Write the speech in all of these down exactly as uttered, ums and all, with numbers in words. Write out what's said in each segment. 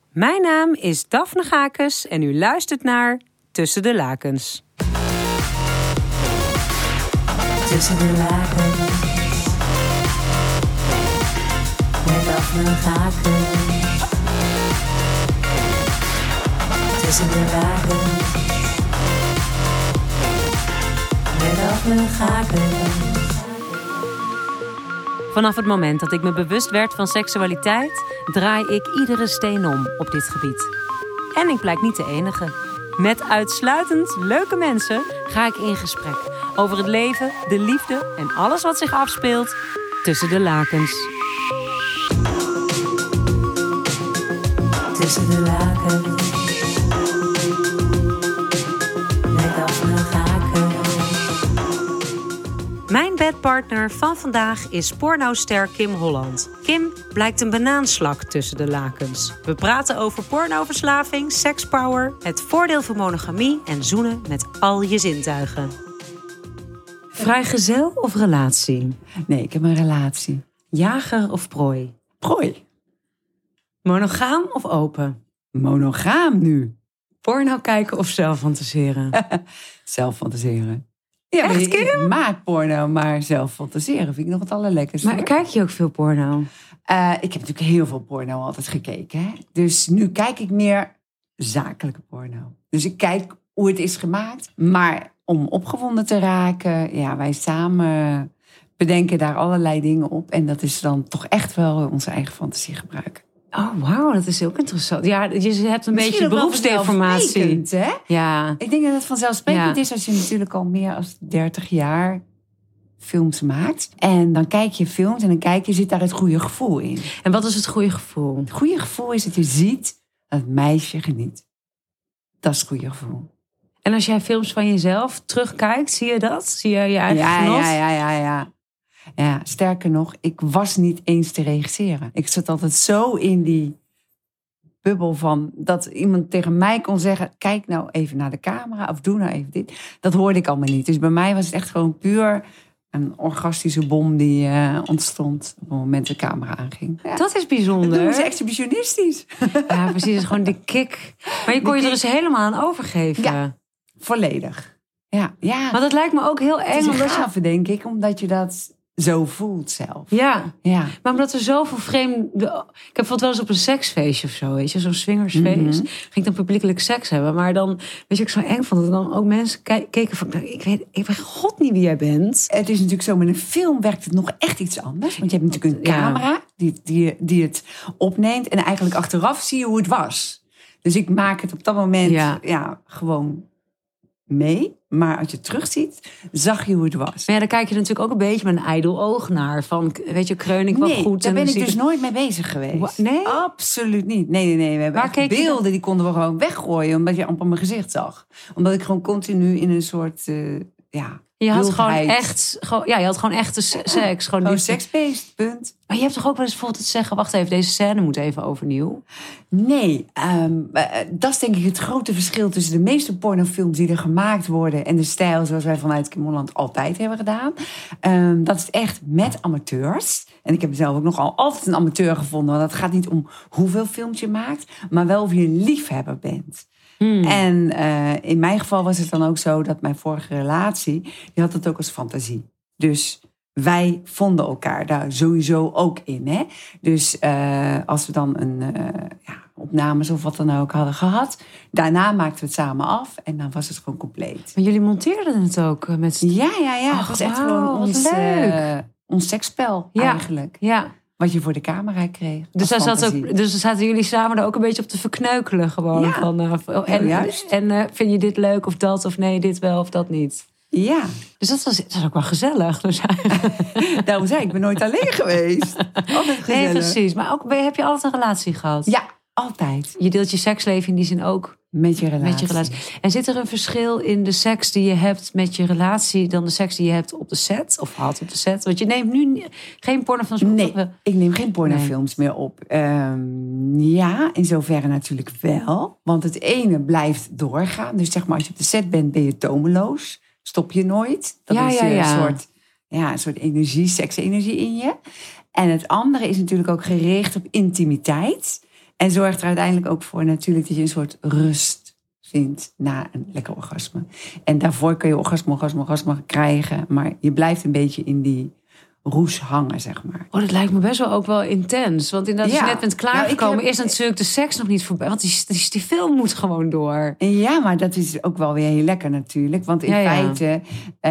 Mijn naam is Daphne Gakes en u luistert naar Tussen de Lakens. Tussen de lakens. Met Daphne Gakes. Tussen de lakens. Met Daphne Gakes. Vanaf het moment dat ik me bewust werd van seksualiteit, draai ik iedere steen om op dit gebied. En ik blijk niet de enige. Met uitsluitend leuke mensen ga ik in gesprek over het leven, de liefde en alles wat zich afspeelt tussen de lakens. Tussen de lakens. Met Daphne Gakes. Mijn bedpartner van vandaag is pornoster Kim Holland. Kim blijkt een banaanslak tussen de lakens. We praten over pornoverslaving, sekspower, het voordeel van monogamie en zoenen met al je zintuigen. Vrijgezel of relatie? Nee, ik heb een relatie. Jager of prooi? Prooi. Monogaam of open? Monogaam nu. Porno kijken of zelf fantaseren? Zelf fantaseren. Ja, Echt, maar Kim? ik maak porno, maar zelf fantaseren vind ik nog het allerlekkerste. Maar kijk je ook veel porno? Uh, ik heb natuurlijk heel veel porno altijd gekeken. Hè? Dus nu kijk ik meer zakelijke porno. Dus ik kijk hoe het is gemaakt. Maar om opgewonden te raken, ja, wij samen bedenken daar allerlei dingen op. En dat is dan toch echt wel onze eigen fantasie gebruiken. Oh, wauw, dat is ook interessant. Ja, je hebt een Misschien beetje ook wel beroepsdeformatie. vanzelfsprekend, hè? Ja. Ik denk dat het vanzelfsprekend Ja. is als je natuurlijk al meer dan dertig jaar films maakt. En dan kijk je films en dan kijk je, zit daar het goede gevoel in. En wat is het goede gevoel? Het goede gevoel is dat je ziet dat het meisje geniet. Dat is het goede gevoel. En als jij films van jezelf terugkijkt, zie je dat? Zie je je eigen Ja, genot? ja, ja, ja, ja. Ja, sterker nog, ik was niet eens te regisseren. Ik zat altijd zo in die bubbel van dat iemand tegen mij kon zeggen, kijk nou even naar de camera of doe nou even dit. Dat hoorde ik allemaal niet. Dus bij mij was het echt gewoon puur een orgastische bom die uh, ontstond op het moment de camera aanging. Ja. Dat is bijzonder. Dat doen ze exhibitionistisch. Ja, precies. Het is gewoon die kick. Maar je kon je er dus helemaal aan overgeven. Ja. Volledig. Ja, ja. Maar dat lijkt me ook heel Het eng. is een Omdat je... gave, denk ik, omdat je dat zo voelt zelf. Ja. Ja. Maar omdat er zoveel vreemde... Ik heb bijvoorbeeld wel eens op een seksfeestje of zo, weet je, zo'n swingersfeest. Mm-hmm. Ging ik dan publiekelijk seks hebben. Maar dan, weet je, ik zo eng vond dat dan ook mensen keken van, ik weet, ik weet god niet wie jij bent. Het is natuurlijk zo, met een film werkt het nog echt iets anders. Want je hebt natuurlijk een camera Ja. die, die, die het opneemt. En eigenlijk achteraf zie je hoe het was. Dus ik maak het op dat moment Ja. ja, gewoon mee. Maar als je het terugziet, zag je hoe het was. Maar ja, dan kijk je natuurlijk ook een beetje met een ijdel oog naar. Van, weet je, kreun ik wel Nee, goed? daar en ben dan ik zie dus ik- nooit mee bezig geweest. Wa- nee? Absoluut niet. Nee, nee, nee. We hebben Waar echt keek je beelden, dan? die konden we gewoon weggooien. Omdat je amper mijn gezicht zag. Omdat ik gewoon continu in een soort, uh, ja... Je had gewoon wildheid- echt, gewoon, ja, je had gewoon echte se- seks. Gewoon Gewoon niet- seksbeest, punt. Maar je hebt toch ook wel eens bijvoorbeeld te zeggen, wacht even, deze scène moet even overnieuw. Nee, um, uh, dat is denk ik het grote verschil tussen de meeste pornofilms die er gemaakt worden en de stijl zoals wij vanuit Kim Holland altijd hebben gedaan. Um, dat is echt met amateurs. En ik heb mezelf ook nogal altijd een amateur gevonden. Want het gaat niet om hoeveel films je maakt, maar wel of je een liefhebber bent. Hmm. En uh, in mijn geval was het dan ook zo dat mijn vorige relatie, die had het ook als fantasie. Dus wij vonden elkaar daar sowieso ook in. Hè? Dus uh, als we dan een uh, ja, opnames of wat dan ook hadden gehad, daarna maakten we het samen af en dan was het gewoon compleet. Maar jullie monteerden het ook met z'n- Ja, ja, ja. Ach, het was echt wauw, gewoon wat ons, leuk. uh, ons seksspel Ja. eigenlijk. Ja. Wat je voor de camera kreeg. Dus daar als zat fantasie. ook, dus daar zaten jullie samen er ook een beetje op te verkneukelen gewoon. Ja. Van, uh, en juist. en uh, vind je dit leuk of dat of nee, dit wel of dat niet? Ja, Dus dat was, dat was ook wel gezellig. Dus, daarom zei ik, ik ben nooit alleen geweest. Altijd gezellig. nee, precies. Maar ook, ben je- heb je altijd een relatie gehad? Ja, altijd. Je deelt je seksleven in die zin ook Met je relatie. met je relatie. En zit er een verschil in de seks die je hebt met je relatie dan de seks die je hebt op de set? Of had op de set? Want je neemt nu ni- geen pornofilms op. Nee, dat we- ik neem geen pornofilms meer op. Um, ja, in zoverre natuurlijk wel. Want het ene blijft doorgaan. Dus zeg maar, als je op de set bent, ben je tomeloos. Stop je nooit. Dat Ja, is ja, uh, ja. Een, soort, ja, een soort energie, seksenergie in je. En het andere is natuurlijk ook gericht op intimiteit. En zorgt er uiteindelijk ook voor natuurlijk dat je een soort rust vindt na een lekker orgasme. En daarvoor kun je orgasme, orgasme, orgasme krijgen. Maar je blijft een beetje in die roes hangen, zeg maar. Oh, dat lijkt me best wel ook wel intens. Want inderdaad, als Ja. je net bent klaargekomen, Nou, ik is heb- natuurlijk de seks nog niet voorbij. Want die, die, die film moet gewoon door. Ja, maar dat is ook wel weer heel lekker natuurlijk. Want in Ja, ja. feite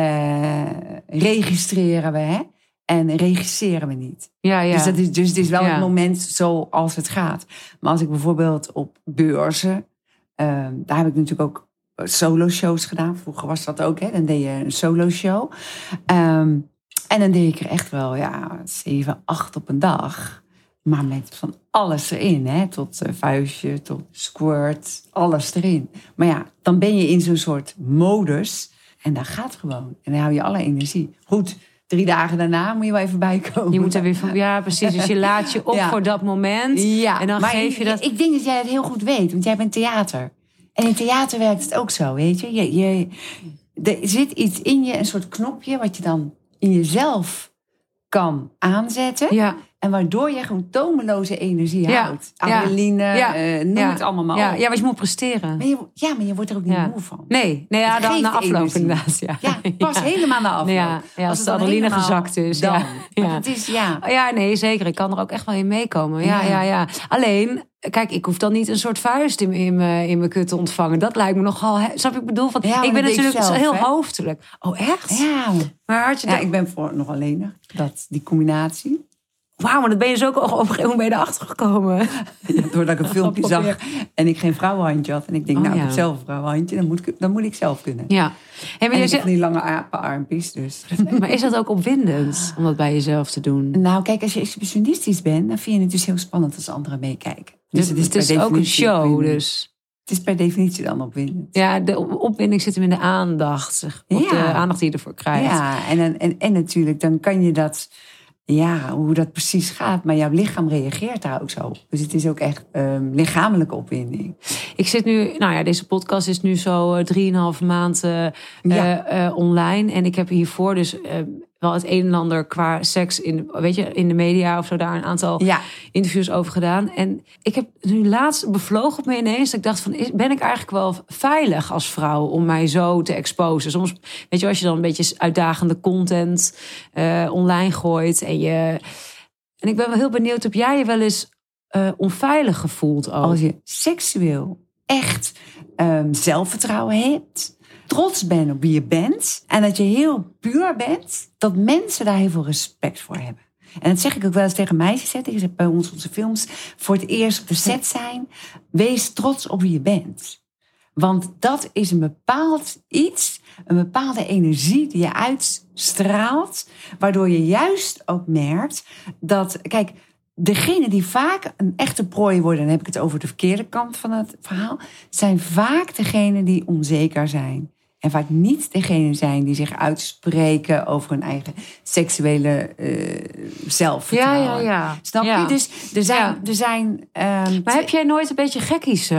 eh, registreren we, hè? En regisseren we niet. Ja, ja. Dus, dat is, dus het is wel Ja. het moment zoals het gaat. Maar als ik bijvoorbeeld op beurzen... eh, daar heb ik natuurlijk ook solo-shows gedaan. Vroeger was dat ook, hè? Dan deed je een solo-show. Ehm, en dan deed ik er echt wel, ja, zeven, acht op een dag. Maar met van alles erin, hè? Tot uh, vuistje, tot squirt, alles erin. Maar ja, dan ben je in zo'n soort modus. En dat gaat gewoon. En dan hou je alle energie. Goed, drie dagen daarna moet je wel even bijkomen. Je moet er weer van, ja, precies. Dus je laat je op Ja. voor dat moment. Ja, En dan maar geef je ik, dat. ik denk dat jij het heel goed weet, want jij bent theater. En in theater werkt het ook zo, weet je. je, je er zit iets in je, een soort knopje, wat je dan in jezelf kan aanzetten. Ja. En waardoor je gewoon tomeloze energie Ja. houdt. Ja. Adrenaline, Ja. eh, noem Ja. het allemaal maar Ja, op. ja, want je moet presteren. Maar je, ja, maar je wordt er ook niet Ja. moe van. Nee, nee ja, Het dan geeft na afloop energie. inderdaad. Ja, Ja, pas Ja. helemaal na afloop. Ja, ja, als het de dan adrenaline helemaal gezakt is, Dan. ja. Maar Ja. het is, ja... Ja, nee, zeker. Ik kan er ook echt wel in meekomen. Ja, ja, Ja. ja. Alleen, kijk, ik hoef dan niet een soort vuist in, in, mijn, in mijn kut te ontvangen. Dat lijkt me nogal... Hè, snap je, ik bedoel? Van, Ja, maar ik ben dat deed ik natuurlijk zelf, heel hè? hoofdelijk. Oh, echt? Ja, Maar had je ja dat... ik ben voor nog alleen dat die combinatie. Wauw, maar dat ben je zo ook op een gegeven moment ben je erachter gekomen. Ja, doordat ik een filmpje Probeer. zag en ik geen vrouwenhandje had. En ik denk, Oh, nou, ja. ik heb zelf een vrouwenhandje. Dan moet ik, dan moet ik zelf kunnen. Ja. Hey, maar, En je ik heb zegt, van die lange apenarmpjes, dus... maar is dat ook opwindend om dat bij jezelf te doen? Nou, kijk, als je exhibitionistisch bent, dan vind je het dus heel spannend als anderen meekijken. Dus het is, per het is ook een definitie show, opwindend. dus... Het is per definitie dan opwindend. Ja, de opwinding zit hem in de aandacht. Zeg, of Ja. de aandacht die je ervoor krijgt. Ja, en, en, en, en natuurlijk, dan kan je dat... Ja, hoe dat precies gaat. Maar jouw lichaam reageert daar ook zo op. Dus het is ook echt um, lichamelijke opwinding. Ik zit nu, nou ja, deze podcast is nu zo uh, drieënhalve maand uh, Ja. uh, uh, online. En ik heb hiervoor dus uh, wel het een en ander qua seks in, weet je, in de media of zo daar een aantal Ja. interviews over gedaan. En ik heb nu laatst bevlogen op me ineens. Dat ik dacht van, is, ben ik eigenlijk wel veilig als vrouw om mij zo te exposen? Soms, weet je, als je dan een beetje uitdagende content uh, online gooit en je... En ik ben wel heel benieuwd, heb jij je wel eens uh, onveilig gevoeld ook? Als je seksueel echt um, zelfvertrouwen hebt, trots bent op wie je bent en dat je heel puur bent, dat mensen daar heel veel respect voor hebben. En dat zeg ik ook wel eens tegen meisjes. Hè. Ik zeg bij ons onze films voor het eerst op de set zijn. Wees trots op wie je bent. Want dat is een bepaald iets, een bepaalde energie die je uitstraalt, waardoor je juist ook merkt dat, kijk, degene die vaak een echte prooi worden, dan heb ik het over de verkeerde kant van het verhaal, zijn vaak degenen die onzeker zijn. En vaak niet degene zijn die zich uitspreken over hun eigen seksuele uh, zelfvertrouwen. Ja, ja, ja. Snap ja. je? Dus er zijn... Ja. Er zijn um, maar heb jij nooit een beetje gekkies uh,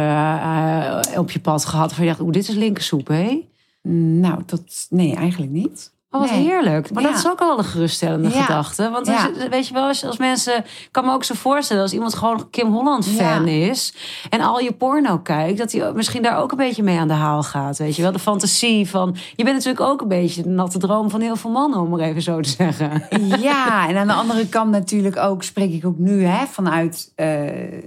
uh, op je pad gehad? Van je dacht, oeh, dit is linkersoep, hè? Nou, tot, nee, eigenlijk niet. Oh, wat nee. heerlijk. Maar Ja. dat is ook al een geruststellende Ja. gedachte. Want Ja. als je, weet je wel, als, als mensen... Ik kan me ook zo voorstellen, als iemand gewoon Kim Holland fan Ja. is... en al je porno kijkt, dat hij misschien daar ook een beetje mee aan de haal gaat. Weet je wel, de fantasie van... Je bent natuurlijk ook een beetje de natte droom van heel veel mannen, om maar even zo te zeggen. Ja, en aan de andere kant natuurlijk ook, spreek ik ook nu hè, vanuit, uh,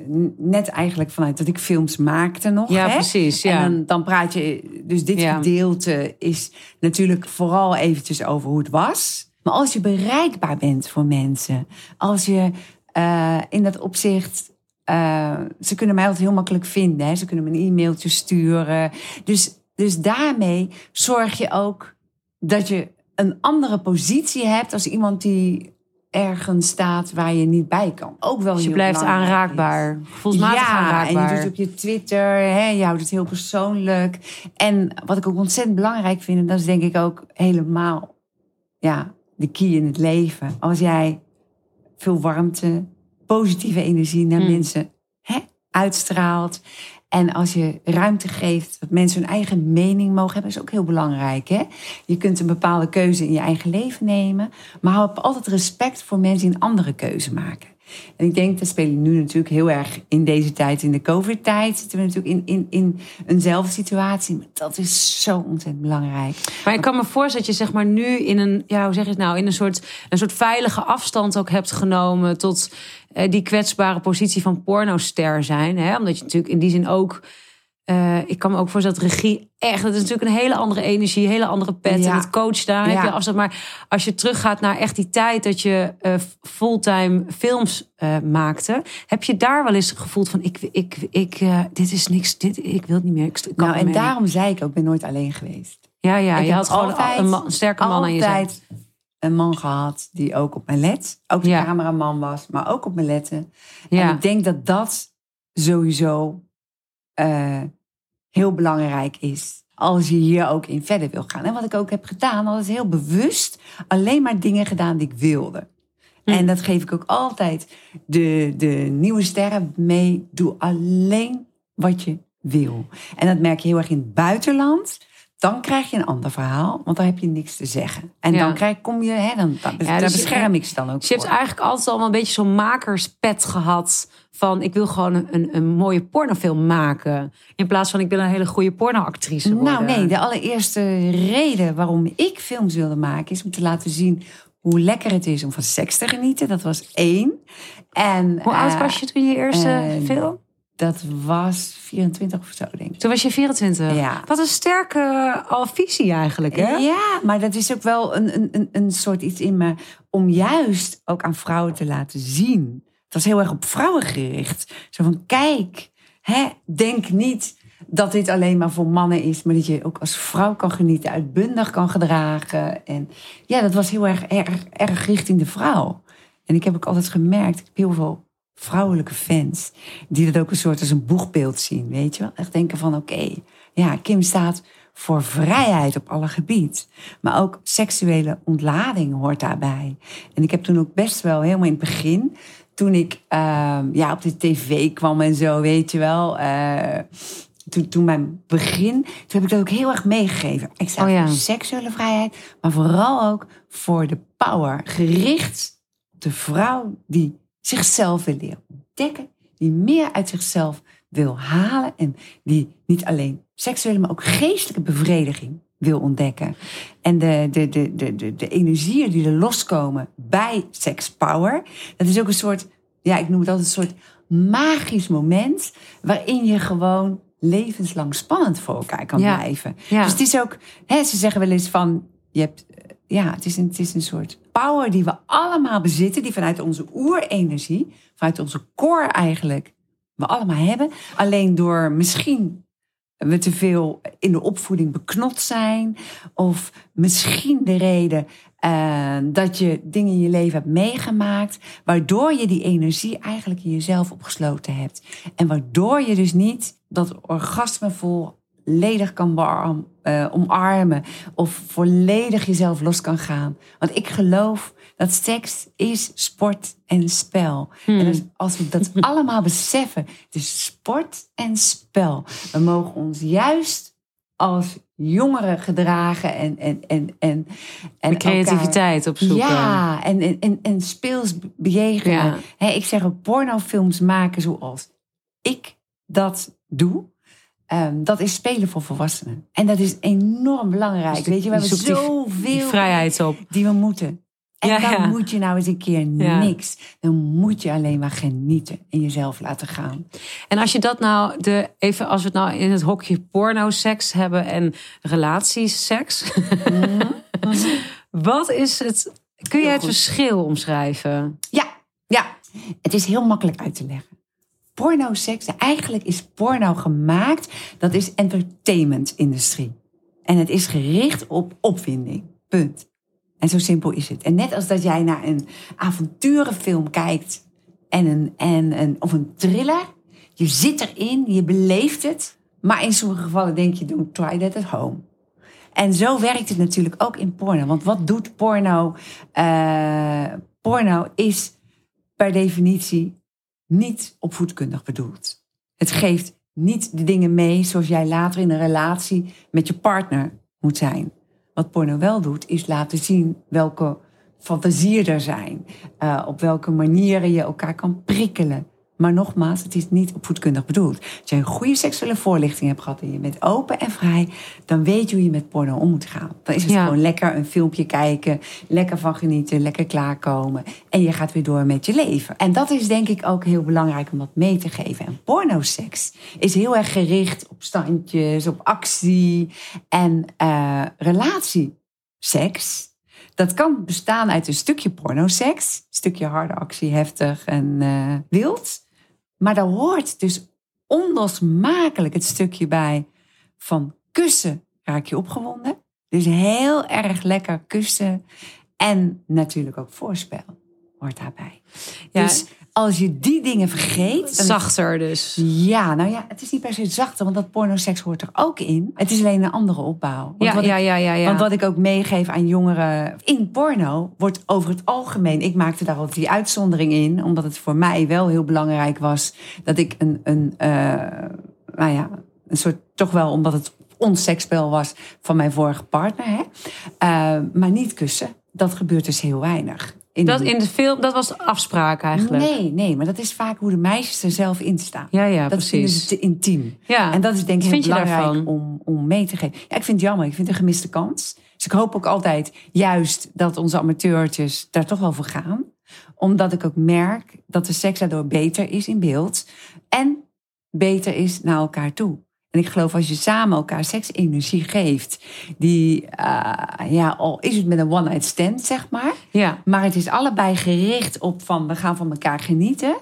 net eigenlijk vanuit dat ik films maakte nog. Ja, hè? precies. Ja. En dan, dan praat je, dus dit Ja. gedeelte is natuurlijk vooral eventjes over hoe het was. Maar als je bereikbaar bent voor mensen, als je uh, in dat opzicht... Uh, ze kunnen mij altijd heel makkelijk vinden. Hè? Ze kunnen me een e-mailtje sturen. Dus, dus daarmee zorg je ook dat je een andere positie hebt als iemand die ergens staat waar je niet bij kan. Ook wel Dus je heel blijft belangrijk aanraakbaar. is. Gevoelsmatig ja, aanraakbaar. en je doet op je Twitter, hè, je houdt het heel persoonlijk. En wat ik ook ontzettend belangrijk vind, en dat is denk ik ook helemaal ja, de key in het leven. Als jij veel warmte, positieve energie naar Hmm. mensen hè, uitstraalt. En als je ruimte geeft dat mensen hun eigen mening mogen hebben, is ook heel belangrijk. Hè? Je kunt een bepaalde keuze in je eigen leven nemen, maar heb altijd respect voor mensen die een andere keuze maken. En ik denk, dat spelen nu natuurlijk heel erg in deze tijd, in de COVID-tijd, zitten we natuurlijk in, in, in eenzelfde situatie. Maar dat is zo ontzettend belangrijk. Maar ik kan me voorstellen dat je zeg maar nu in een, ja, hoe zeg je het nou, in een soort, een soort veilige afstand ook hebt genomen tot uh, die kwetsbare positie van pornoster zijn. Hè? Omdat je natuurlijk in die zin ook, uh, ik kan me ook voorstellen dat regie echt, dat is natuurlijk een hele andere energie, een hele andere pet. Ja. En het coach daar Ja. heb je afstand. Maar als je teruggaat naar echt die tijd dat je uh, fulltime films uh, maakte, heb je daar wel eens gevoeld van, ik, ik, ik, uh, dit is niks, dit, ik wil het niet meer. Ik kan Nou, niet en meer. daarom zei ik ook, ik ben nooit alleen geweest. Ja, ja, Ik je heb had gewoon altijd- een, man, een sterke man aan je zijde. Altijd een man gehad die ook op me let. Ook de Ja. cameraman was, maar ook op me lette. Ja. En ik denk dat dat sowieso uh, heel belangrijk is. Als je hier ook in verder wil gaan. En wat ik ook heb gedaan, dat is heel bewust alleen maar dingen gedaan die ik wilde. Hm. En dat geef ik ook altijd de, de nieuwe sterren mee. Doe alleen wat je wil. En dat merk je heel erg in het buitenland. Dan krijg je een ander verhaal, want dan heb je niks te zeggen. En Ja. dan krijg, kom je, hè, dan, dan, Ja, daar dus je- bescherm ik ze dan ook Dus je hebt voor. eigenlijk altijd al wel een beetje zo'n makerspet gehad. Van ik wil gewoon een, een, een mooie pornofilm maken. In plaats van ik wil een hele goede pornoactrice worden. Nou nee, de allereerste reden waarom ik films wilde maken is om te laten zien hoe lekker het is om van seks te genieten. Dat was één. En, Hoe oud eh, was je toen je eerste eh, film? Dat was vierentwintig of zo, denk ik. Toen was je vierentwintig. Ja. Wat een sterke al visie eigenlijk, hè? Ja, maar dat is ook wel een, een, een, een soort iets in me om juist ook aan vrouwen te laten zien. Het was heel erg op vrouwen gericht. Zo van, kijk, hè, denk niet dat dit alleen maar voor mannen is, maar dat je ook als vrouw kan genieten, uitbundig kan gedragen. En ja, dat was heel erg, erg, erg richting de vrouw. En ik heb ook altijd gemerkt, ik heb heel veel vrouwelijke fans die dat ook een soort als een boegbeeld zien, weet je wel? Echt denken van, oké, okay, ja, Kim staat voor vrijheid op alle gebied. Maar ook seksuele ontlading hoort daarbij. En ik heb toen ook best wel helemaal in het begin, toen ik uh, ja, op de tv kwam en zo, weet je wel, Uh, Toen, toen mijn begin, toen heb ik dat ook heel erg meegegeven. Ik sta Oh ja. voor seksuele vrijheid, maar vooral ook voor de power. Gericht op de vrouw die zichzelf wil leren ontdekken. Die meer uit zichzelf wil halen. En die niet alleen seksuele, maar ook geestelijke bevrediging wil ontdekken. En de, de, de, de, de, de energieën die er loskomen bij sekspower. Dat is ook een soort, ja, ik noem het altijd een soort magisch moment. Waarin je gewoon levenslang spannend voor elkaar kan Ja. blijven. Ja. Dus het is ook, hè, ze zeggen wel eens van, je hebt, ja, het is, een, het is een soort power die we allemaal bezitten, die vanuit onze oerenergie, vanuit onze core eigenlijk, we allemaal hebben. Alleen door misschien we te veel in de opvoeding beknot zijn, of misschien de reden uh, dat je dingen in je leven hebt meegemaakt, waardoor je die energie eigenlijk in jezelf opgesloten hebt. En waardoor je dus niet dat orgasme volledig kan bearm, uh, omarmen of volledig jezelf los kan gaan. Want ik geloof dat seks is sport en spel. Hmm. En dus als we dat allemaal beseffen, het is sport en spel. We mogen ons juist als jongeren gedragen en en en en, en de creativiteit elkaar, opzoeken. Ja, en en en, en speels bejegenen. Ja. He, ik zeg ook pornofilms maken zoals ik dat doe. Um, dat is spelen voor volwassenen. En dat is enorm belangrijk. Dus de, weet je, we hebben die, zoveel die vrijheid op die we moeten. En ja, dan ja. moet je nou eens een keer ja. niks. Dan moet je alleen maar genieten en jezelf laten gaan. En als je dat nou, de, even als we het nou in het hokje porno-seks hebben en relatieseks. Mm-hmm. Wat is het? Kun je het verschil omschrijven? Ja, ja, het is heel makkelijk uit te leggen. Pornoseks, eigenlijk is porno gemaakt, dat is entertainment-industrie. En het is gericht op opwinding. Punt. En zo simpel is het. En net als dat jij naar een avonturenfilm kijkt en een, en een, of een thriller. Je zit erin, je beleeft het. Maar in sommige gevallen denk je, don't try that at home. En zo werkt het natuurlijk ook in porno. Want wat doet porno? Uh, porno is per definitie niet opvoedkundig bedoeld. Het geeft niet de dingen mee zoals jij later in een relatie met je partner moet zijn. Wat porno wel doet, is laten zien welke fantasieerder zijn. Uh, op welke manieren je elkaar kan prikkelen. Maar nogmaals, het is niet opvoedkundig bedoeld. Als je een goede seksuele voorlichting hebt gehad en je bent open en vrij, dan weet je hoe je met porno om moet gaan. Dan is het ja. gewoon lekker een filmpje kijken, lekker van genieten, lekker klaarkomen. En je gaat weer door met je leven. En dat is denk ik ook heel belangrijk om dat mee te geven. En pornoseks is heel erg gericht op standjes, op actie en uh, relatieseks. Dat kan bestaan uit een stukje pornoseks. Een stukje harde actie, heftig en uh, wild. Maar daar hoort dus onlosmakelijk het stukje bij van kussen raak je opgewonden. Dus heel erg lekker kussen. En natuurlijk ook voorspel hoort daarbij. Ja. Dus als je die dingen vergeet... Dan zachter dus. Ja, nou ja, het is niet per se zachter, want dat pornoseks hoort er ook in. Het is alleen een andere opbouw. Want ja, wat ja, ik, ja, ja, ja. Want wat ik ook meegeef aan jongeren... In porno wordt over het algemeen... Ik maakte daar altijd die uitzondering in, omdat het voor mij wel heel belangrijk was... dat ik een, een uh, nou ja, een soort... toch wel omdat het ons seksspel was van mijn vorige partner. Hè? Uh, maar niet kussen. Dat gebeurt dus heel weinig. In dat, de... in de film, dat was de afspraak eigenlijk? Nee, nee, maar dat is vaak hoe de meisjes er zelf in staan. Ja, ja, dat precies. vinden ze te intiem. Ja. En dat is denk ik heel belangrijk om, om mee te geven. Ja, ik vind het jammer, ik vind het een gemiste kans. Dus ik hoop ook altijd juist dat onze amateurtjes daar toch wel voor gaan. Omdat ik ook merk dat de seks daardoor beter is in beeld. En beter is naar elkaar toe. En ik geloof als je samen elkaar seksenergie geeft... die, uh, ja, al is het met een one-night stand, zeg maar... Ja. maar het is allebei gericht op van we gaan van elkaar genieten...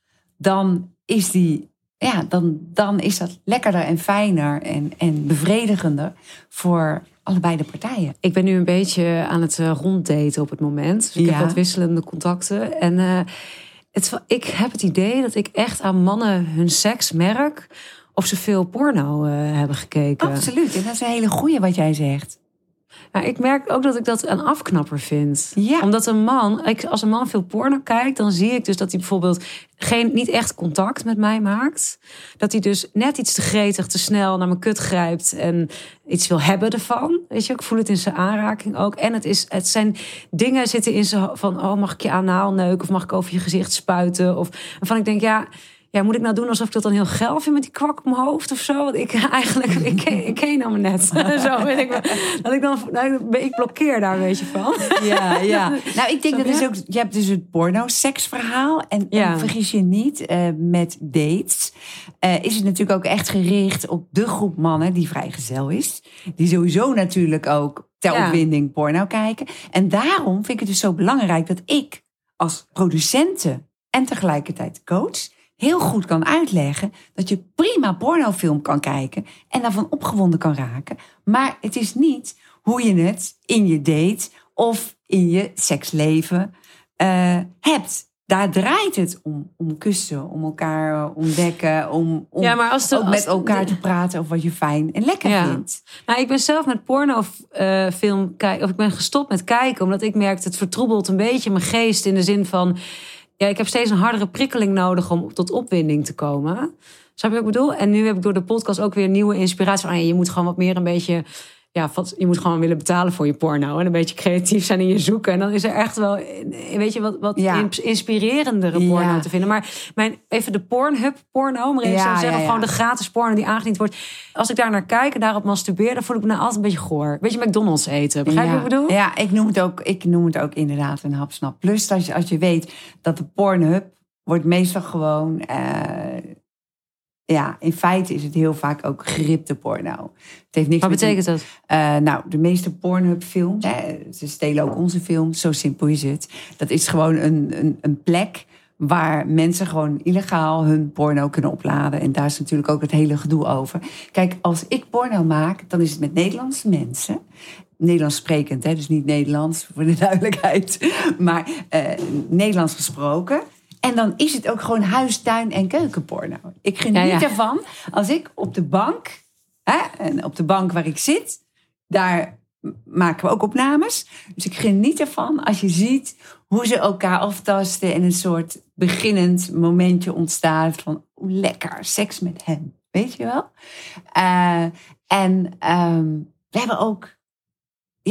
dan is, die, ja, dan, dan is dat lekkerder en fijner en, en bevredigender... voor allebei de partijen. Ik ben nu een beetje aan het ronddaten op het moment. Dus ik ja. heb wat wisselende contacten. En uh, het, ik heb het idee dat ik echt aan mannen hun seks merk... of ze veel porno uh, hebben gekeken. Absoluut, en dat is een hele goeie wat jij zegt. Nou, ik merk ook dat ik dat een afknapper vind. Ja. Omdat een man, ik, als een man veel porno kijkt... dan zie ik dus dat hij bijvoorbeeld geen, niet echt contact met mij maakt. Dat hij dus net iets te gretig, te snel naar mijn kut grijpt... en iets wil hebben ervan. Weet je, ik voel het in zijn aanraking ook. En het, is, het zijn dingen zitten in zijn van... oh, mag ik je anaal neuken of mag ik over je gezicht spuiten? Of waarvan ik denk, ja... Ja, moet ik nou doen alsof ik dat dan heel geil vind met die kwak op mijn hoofd of zo? Want ik eigenlijk, ik ken, ik ken je nou maar net. Zo weet ik, dat ik dan, nou, ik blokkeer daar een beetje van. Ja, ja. Nou, ik denk dat is ook, je hebt dus het porno-seksverhaal. En, ja. en vergis je niet, uh, met dates uh, is het natuurlijk ook echt gericht op de groep mannen die vrijgezel is. Die sowieso natuurlijk ook ter ja. opwinding porno kijken. En daarom vind ik het dus zo belangrijk dat ik als producenten en tegelijkertijd coach... heel goed kan uitleggen dat je prima pornofilm kan kijken... en daarvan opgewonden kan raken. Maar het is niet hoe je het in je date of in je seksleven uh, hebt. Daar draait het om, om kussen, om elkaar ontdekken... om, om ja, maar als de, ook als met elkaar de, te praten over wat je fijn en lekker ja. vindt. Nou, ik ben zelf met pornofilm uh, kijken... of ik ben gestopt met kijken... omdat ik merkte het vertroebelt een beetje mijn geest... in de zin van... Ja, ik heb steeds een hardere prikkeling nodig om tot opwinding te komen. Snap je wat ik bedoel? En nu heb ik door de podcast ook weer nieuwe inspiratie. Van, ah, je moet gewoon wat meer een beetje... Ja, je moet gewoon willen betalen voor je porno. En een beetje creatief zijn in je zoeken. En dan is er echt wel, weet je, wat, wat ja. inspirerendere porno ja. te vinden. Maar mijn, even de Pornhub porno. Maar even ja, zeggen, ja, ja. gewoon de gratis porno die aangediend wordt. Als ik daar naar kijk en daarop masturbeer... dan voel ik me nou altijd een beetje goor. Beetje McDonald's eten. Begrijp je ja. wat ik bedoel? Ja, ik noem het ook, ik noem het ook inderdaad een hapsnap. Plus als je, als je weet dat de Pornhub wordt meestal gewoon... Uh, Ja, in feite is het heel vaak ook geripte porno. Het heeft niks Wat betekent een, dat? Uh, nou, de meeste Pornhub-films, hè, ze stelen ook onze films, zo simpel is het. Dat is gewoon een, een, een plek waar mensen gewoon illegaal hun porno kunnen opladen. En daar is natuurlijk ook het hele gedoe over. Kijk, als ik porno maak, dan is het met Nederlandse mensen. Nederlands sprekend, hè, dus niet Nederlands, voor de duidelijkheid. Maar uh, Nederlands gesproken. En dan is het ook gewoon huis, tuin en keukenporno. Ik geniet ja, ja. ervan als ik op de bank... Hè, en op de bank waar ik zit... daar maken we ook opnames. Dus ik geniet ervan als je ziet hoe ze elkaar aftasten... en een soort beginnend momentje ontstaat van... Oh, lekker, seks met hem. Weet je wel? Uh, en um, we hebben ook... ja.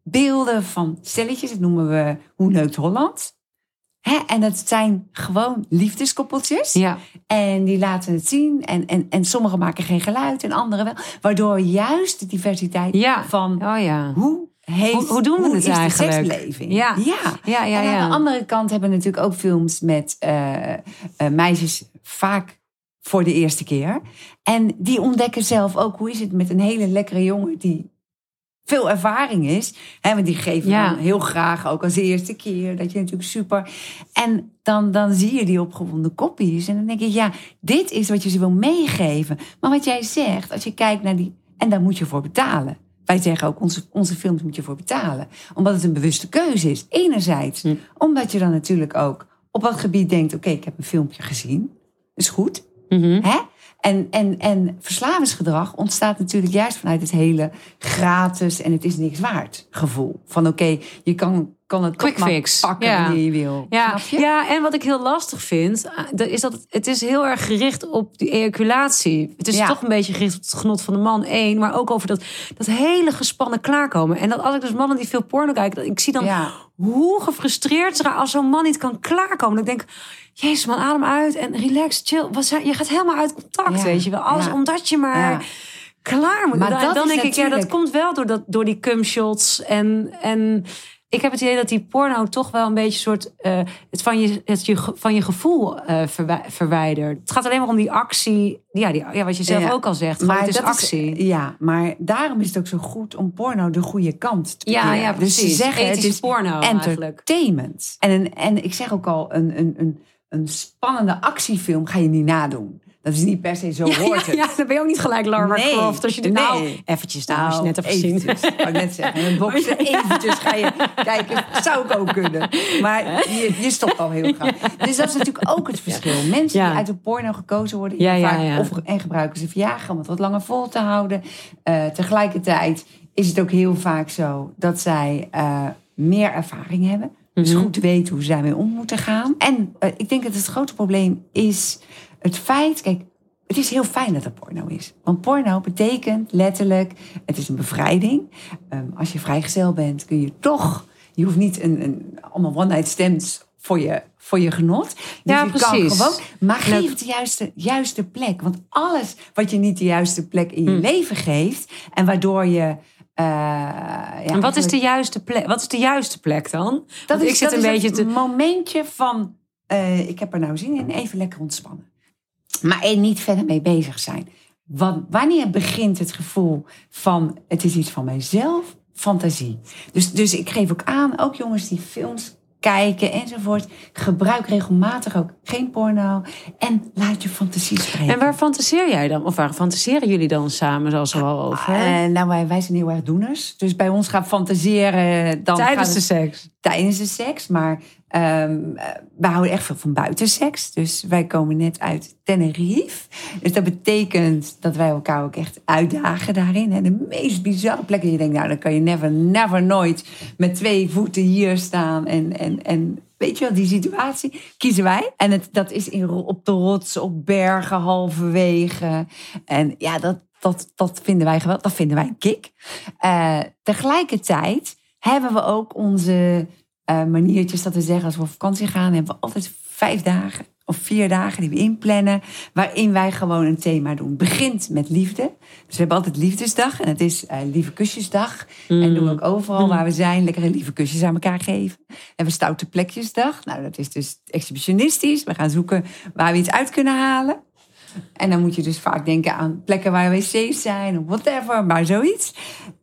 beelden van stelletjes. Dat noemen we Hoe neukt Holland. Hè? En dat zijn gewoon liefdeskoppeltjes. Ja. En die laten het zien. En, en, en sommigen maken geen geluid en anderen wel. Waardoor juist de diversiteit Ja. van Oh ja. hoe heeft, Hoe- hoe doen we het is de eigenlijk? seksbeleving. Ja. ja. Ja, ja, En aan ja. de andere kant hebben we natuurlijk ook films met uh, uh, meisjes vaak voor de eerste keer. En die ontdekken zelf ook hoe is het met een hele lekkere jongen die veel ervaring is. Hè, want die geven Ja. dan heel graag ook als de eerste keer. Dat je natuurlijk super. En dan, dan zie je die opgewonden koppies. En dan denk je, ja, dit is wat je ze wil meegeven. Maar wat jij zegt, als je kijkt naar die. En daar moet je voor betalen. Wij zeggen ook, onze, onze films moet je voor betalen. Omdat het een bewuste keuze is. Enerzijds, hm. omdat je dan natuurlijk ook op dat gebied denkt, oké, okay, ik heb een filmpje gezien. Is goed. Mm-hmm. Hè? En, en, en verslavingsgedrag ontstaat natuurlijk juist vanuit het hele gratis en het is niks waard gevoel. Van oké, okay, je kan, kan het quick toch fix maar pakken ja. wanneer je wil. Ja. Snap je? Ja, en wat ik heel lastig vind, is dat het, het is heel erg gericht op die ejaculatie. Het is ja. toch een beetje gericht op het genot van de man, één. Maar ook over dat, dat hele gespannen klaarkomen. En dat als ik dus mannen die veel porno kijken, ik zie dan ja. hoe gefrustreerd ze raken als zo'n man niet kan klaarkomen. Dan denk ik, jezus man, adem uit en relax, chill. Wat zijn, je gaat helemaal uit contact, ja. weet je wel. Alles ja. omdat je maar ja. klaar moet. Maar dan dat dan denk natuurlijk... ik, ja, dat komt wel door, dat, door die cumshots. En, en ik heb het idee dat die porno toch wel een beetje soort uh, het van je, het je van je gevoel uh, verwij- verwijdert. Het gaat alleen maar om die actie. Ja, die, ja wat je zelf ja. ook al zegt. Maar het is dat actie. Is, ja, maar daarom is het ook zo goed om porno de goede kant te ja, keren. ja, precies. Dus ze zeggen, het is porno entertainment. En, een, en ik zeg ook al, een, een, een, een spannende actiefilm ga je niet nadoen. Dat is niet per se zo ja, hoort het. Ja, dan ben je ook niet gelijk Lara nee, Croft. Als je de, nee. nou, eventjes nou, als je net hebt gezien. Ik wou net zeggen, in het boksen eventjes ga je kijken. Zou ik ook kunnen. Maar je, je stopt al heel graag. Dus dat is natuurlijk ook het verschil. Mensen ja. die uit de porno gekozen worden. Ja, ja, vaak, ja. Of, en gebruiken ze Viagra om het wat langer vol te houden. Uh, tegelijkertijd is het ook heel vaak zo dat zij uh, meer ervaring hebben. Dus mm-hmm. goed weten hoe ze daarmee om moeten gaan. En uh, ik denk dat het grote probleem is het feit... Kijk, het is heel fijn dat er porno is. Want porno betekent letterlijk... Het is een bevrijding. Um, als je vrijgezel bent, kun je toch... Je hoeft niet een, een, allemaal one-night stands voor je, voor je genot. Dus ja, je precies. kan gewoon... Maar geef het de juiste, juiste plek. Want alles wat je niet de juiste plek in je mm. leven geeft... En waardoor je... Uh, ja, en wat is de juiste plek? Wat is de juiste plek dan? Dat is, ik zit dat een is beetje het te... momentje van... Uh, ik heb er nou zin in, even lekker ontspannen. Maar er niet verder mee bezig zijn. Want wanneer begint het gevoel van... het is iets van mijzelf, fantasie. Dus, dus ik geef ook aan, ook jongens die films kijken enzovoort... gebruik regelmatig ook geen porno... en laat je fantasie spreken. En waar fantaseer jij dan? Of waar fantaseren jullie dan samen, zoals we al over? Uh, nou, wij, wij zijn heel erg doeners. Dus bij ons gaat fantaseren... Dan tijdens gaat het, de seks? Tijdens de seks, maar... Um, we houden echt veel van buitenseks. Dus wij komen net uit Tenerife. Dus dat betekent dat wij elkaar ook echt uitdagen daarin. En de meest bizarre plekken. Je denkt, nou, dan kan je never, never, nooit... met twee voeten hier staan. En, en, en weet je wel, die situatie kiezen wij. En het, dat is in, op de rots, op bergen, halverwege. En ja, dat, dat, dat vinden wij geweldig. Dat vinden wij een kick. Uh, tegelijkertijd hebben we ook onze... Uh, maniertjes dat we zeggen als we op vakantie gaan, hebben we altijd vijf dagen of vier dagen die we inplannen, waarin wij gewoon een thema doen. Begint met liefde. Dus we hebben altijd liefdesdag en het is uh, lieve kusjesdag. Mm. En doen we ook overal waar we zijn lekkere lieve kusjes aan elkaar geven. We hebben stoute plekjesdag. Nou, dat is dus exhibitionistisch. We gaan zoeken waar we iets uit kunnen halen. En dan moet je dus vaak denken aan plekken waar wc's zijn of whatever, maar zoiets.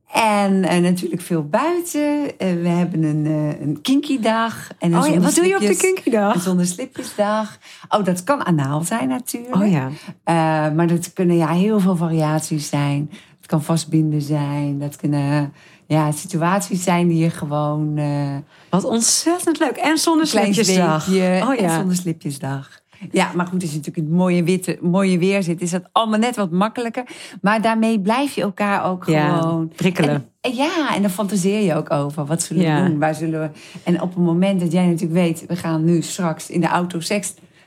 En uh, natuurlijk veel buiten. Uh, we hebben een, uh, een kinky dag. En een oh ja, wat doe je op de kinky dag? Een zonder slipjesdag. Oh, dat kan anaal zijn natuurlijk. Oh ja. Uh, maar dat kunnen ja, heel veel variaties zijn. Het kan vastbinden zijn. Dat kunnen ja, situaties zijn die je gewoon... Uh, wat ontzettend leuk. En zonder slipjesdag. Oh ja. En zonder slipjesdag. Ja, maar goed, als je natuurlijk in het mooie, witte, mooie weer zit... is dat allemaal net wat makkelijker. Maar daarmee blijf je elkaar ook ja, gewoon... prikkelen. En, en ja, en dan fantaseer je ook over. Wat zullen we ja. doen? Waar zullen we... En op het moment dat jij natuurlijk weet... we gaan nu straks in de auto seks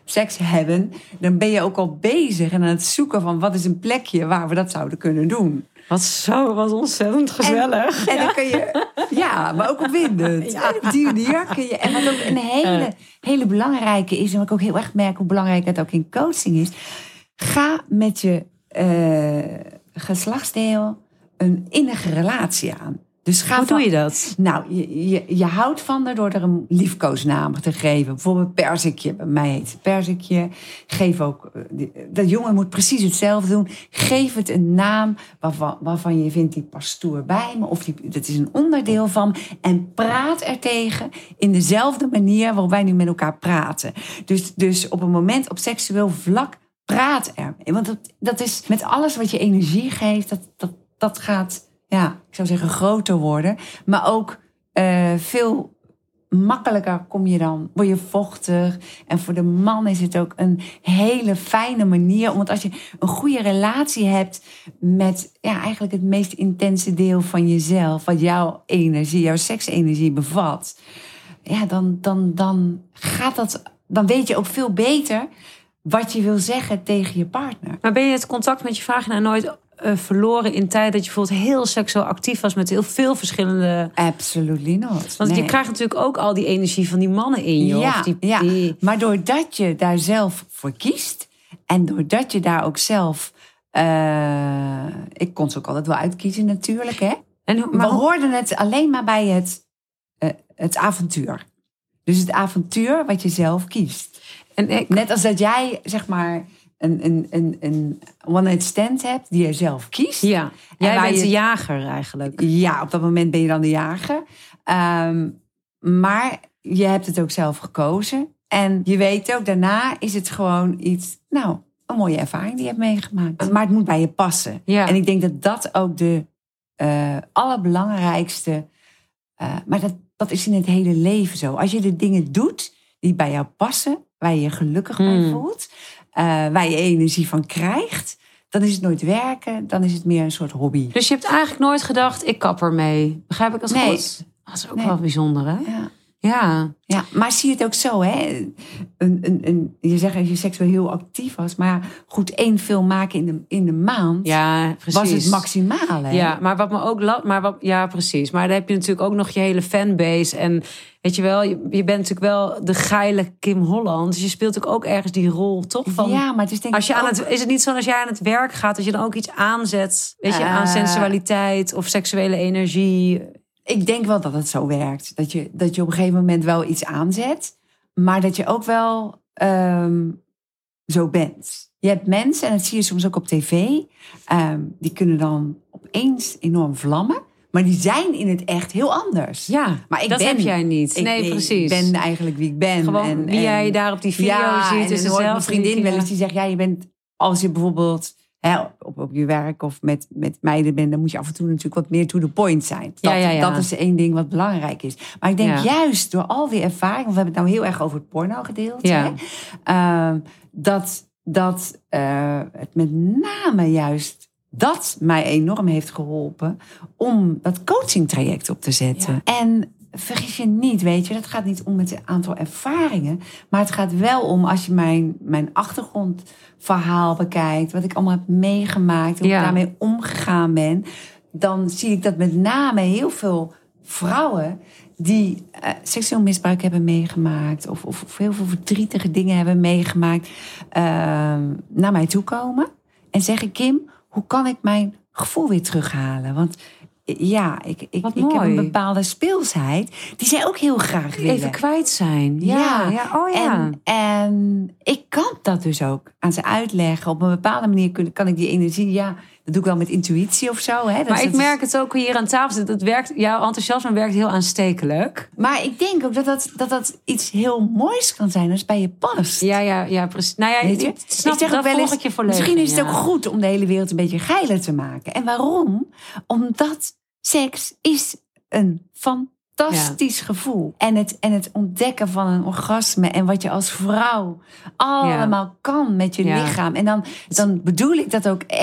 seks hebben, dan ben je ook al bezig en aan het zoeken van wat is een plekje waar we dat zouden kunnen doen. Wat zo, wat ontzettend gezellig. En, en dan kun je, ja, maar ook opwindend. Ja. Op die manier kun je. En wat ook een hele, hele belangrijke is, en wat ik ook heel erg merk hoe belangrijk het ook in coaching is, ga met je uh, geslachtsdeel een innige relatie aan. Dus ga Hoe van, doe je dat? Nou, je, je, je houdt van er door er een liefkoosnaam te geven. Bijvoorbeeld Perzikje, bij mij heet Perzikje. Geef ook, dat jongen moet precies hetzelfde doen. Geef het een naam waarvan, waarvan je vindt die past stoer bij me. Of die, dat is een onderdeel van me. En praat er tegen in dezelfde manier waarop wij nu met elkaar praten. Dus, dus op een moment op seksueel vlak praat er. Want dat, dat is met alles wat je energie geeft, dat, dat, dat gaat... Ja, ik zou zeggen groter worden. Maar ook uh, veel makkelijker kom je dan. Word je vochtig. En voor de man is het ook een hele fijne manier. Want als je een goede relatie hebt met ja, eigenlijk het meest intense deel van jezelf. Wat jouw energie, jouw seksenergie bevat. Ja, dan, dan, dan gaat dat. Dan weet je ook veel beter wat je wil zeggen tegen je partner. Maar ben je het contact met je vagina nooit Uh, verloren in tijd dat je bijvoorbeeld heel seksueel actief was met heel veel verschillende... Absolutely not. Want nee. je krijgt natuurlijk ook al die energie van die mannen in je. Ja, of die, ja. Die... Maar doordat je daar zelf voor kiest en doordat je daar ook zelf... Uh, ik kon ze ook altijd wel uitkiezen natuurlijk, hè. En, maar we hoorden het alleen maar bij het, uh, het avontuur. Dus het avontuur wat je zelf kiest. En ik... Net als dat jij, zeg maar... een, een, een, een one-night stand hebt die je zelf kiest. Ja, jij bent je... de jager eigenlijk. Ja, op dat moment ben je dan de jager. Um, maar je hebt het ook zelf gekozen. En je weet ook, daarna is het gewoon iets... Nou, een mooie ervaring die je hebt meegemaakt. Maar het moet bij je passen. Ja. En ik denk dat dat ook de uh, allerbelangrijkste... Uh, maar dat, dat is in het hele leven zo. Als je de dingen doet die bij jou passen... waar je je gelukkig hmm. bij voelt... Uh, waar je energie van krijgt... dan is het nooit werken, dan is het meer een soort hobby. Dus je hebt eigenlijk nooit gedacht, ik kap ermee. Begrijp ik dat nee. goed? Dat is ook nee. wel bijzonder, hè? Ja. Ja. Ja, maar zie je het ook zo, hè? Een, een, een, je zegt dat je seksueel heel actief was... maar goed, één film maken in de, in de maand... Ja, precies. Was het maximaal, hè? Ja, maar wat me ook... La- maar wat, ja, precies. Maar dan heb je natuurlijk ook nog je hele fanbase. En weet je wel, je, je bent natuurlijk wel de geile Kim Holland. Dus je speelt natuurlijk ook ergens die rol, toch? Van, ja, maar het is denk als je ik aan ook... het, is het niet zo als jij aan het werk gaat... dat je dan ook iets aanzet, weet je, Uh, aan sensualiteit of seksuele energie... Ik denk wel dat het zo werkt. Dat je, dat je op een gegeven moment wel iets aanzet. Maar dat je ook wel um, zo bent. Je hebt mensen, en dat zie je soms ook op tv. Um, die kunnen dan opeens enorm vlammen. Maar die zijn in het echt heel anders. Ja, maar ik dat ben, heb jij niet. Ik, nee, nee, precies. Ik ben eigenlijk wie ik ben. Gewoon en, wie en, jij daar op die video ja, ziet. En is dan hoor ik mijn dezelfde vriendin die, wel eens die zegt... ja, je bent, als je bijvoorbeeld... Hè, op, op je werk of met, met meiden bent... dan moet je af en toe natuurlijk wat meer to the point zijn. Dat, ja, ja, ja. dat is één ding wat belangrijk is. Maar ik denk ja. juist door al die ervaring... want we hebben het nou heel erg over het porno gedeelte... Ja. Hè, uh, dat, dat uh, het met name juist... dat mij enorm heeft geholpen... om dat coachingtraject op te zetten. Ja. En... vergis je niet, weet je, dat gaat niet om het aantal ervaringen. Maar het gaat wel om, als je mijn, mijn achtergrondverhaal bekijkt... wat ik allemaal heb meegemaakt, hoe ja. ik daarmee omgegaan ben... dan zie ik dat met name heel veel vrouwen... die uh, seksueel misbruik hebben meegemaakt... Of, of, of heel veel verdrietige dingen hebben meegemaakt... Uh, naar mij toe komen en zeggen... Kim, hoe kan ik mijn gevoel weer terughalen? Want... Ja, ik, ik, ik heb een bepaalde speelsheid die zij ook heel graag willen. Even kwijt zijn. Ja, ja. ja. Oh ja. En, en ik kan dat dus ook aan ze uitleggen. Op een bepaalde manier kan, kan ik die energie... Ja, dat doe ik wel met intuïtie of zo. Hè. Dat, maar ik dat merk is... het ook hier aan tafel. Dat werkt, jouw enthousiasme werkt heel aanstekelijk. Maar ik denk ook dat dat, dat dat iets heel moois kan zijn als het bij je past. Ja, ja, ja, precies. Nou ja, Weet je? Snap, ik zeg dat ook wel eens, volg ik je volledig. Misschien is het ja. ook goed om de hele wereld een beetje geiler te maken. En waarom? Omdat seks is een fantastisch ja. gevoel. En het, en het ontdekken van een orgasme en wat je als vrouw allemaal ja. kan met je ja. lichaam. En dan, dan bedoel ik dat ook echt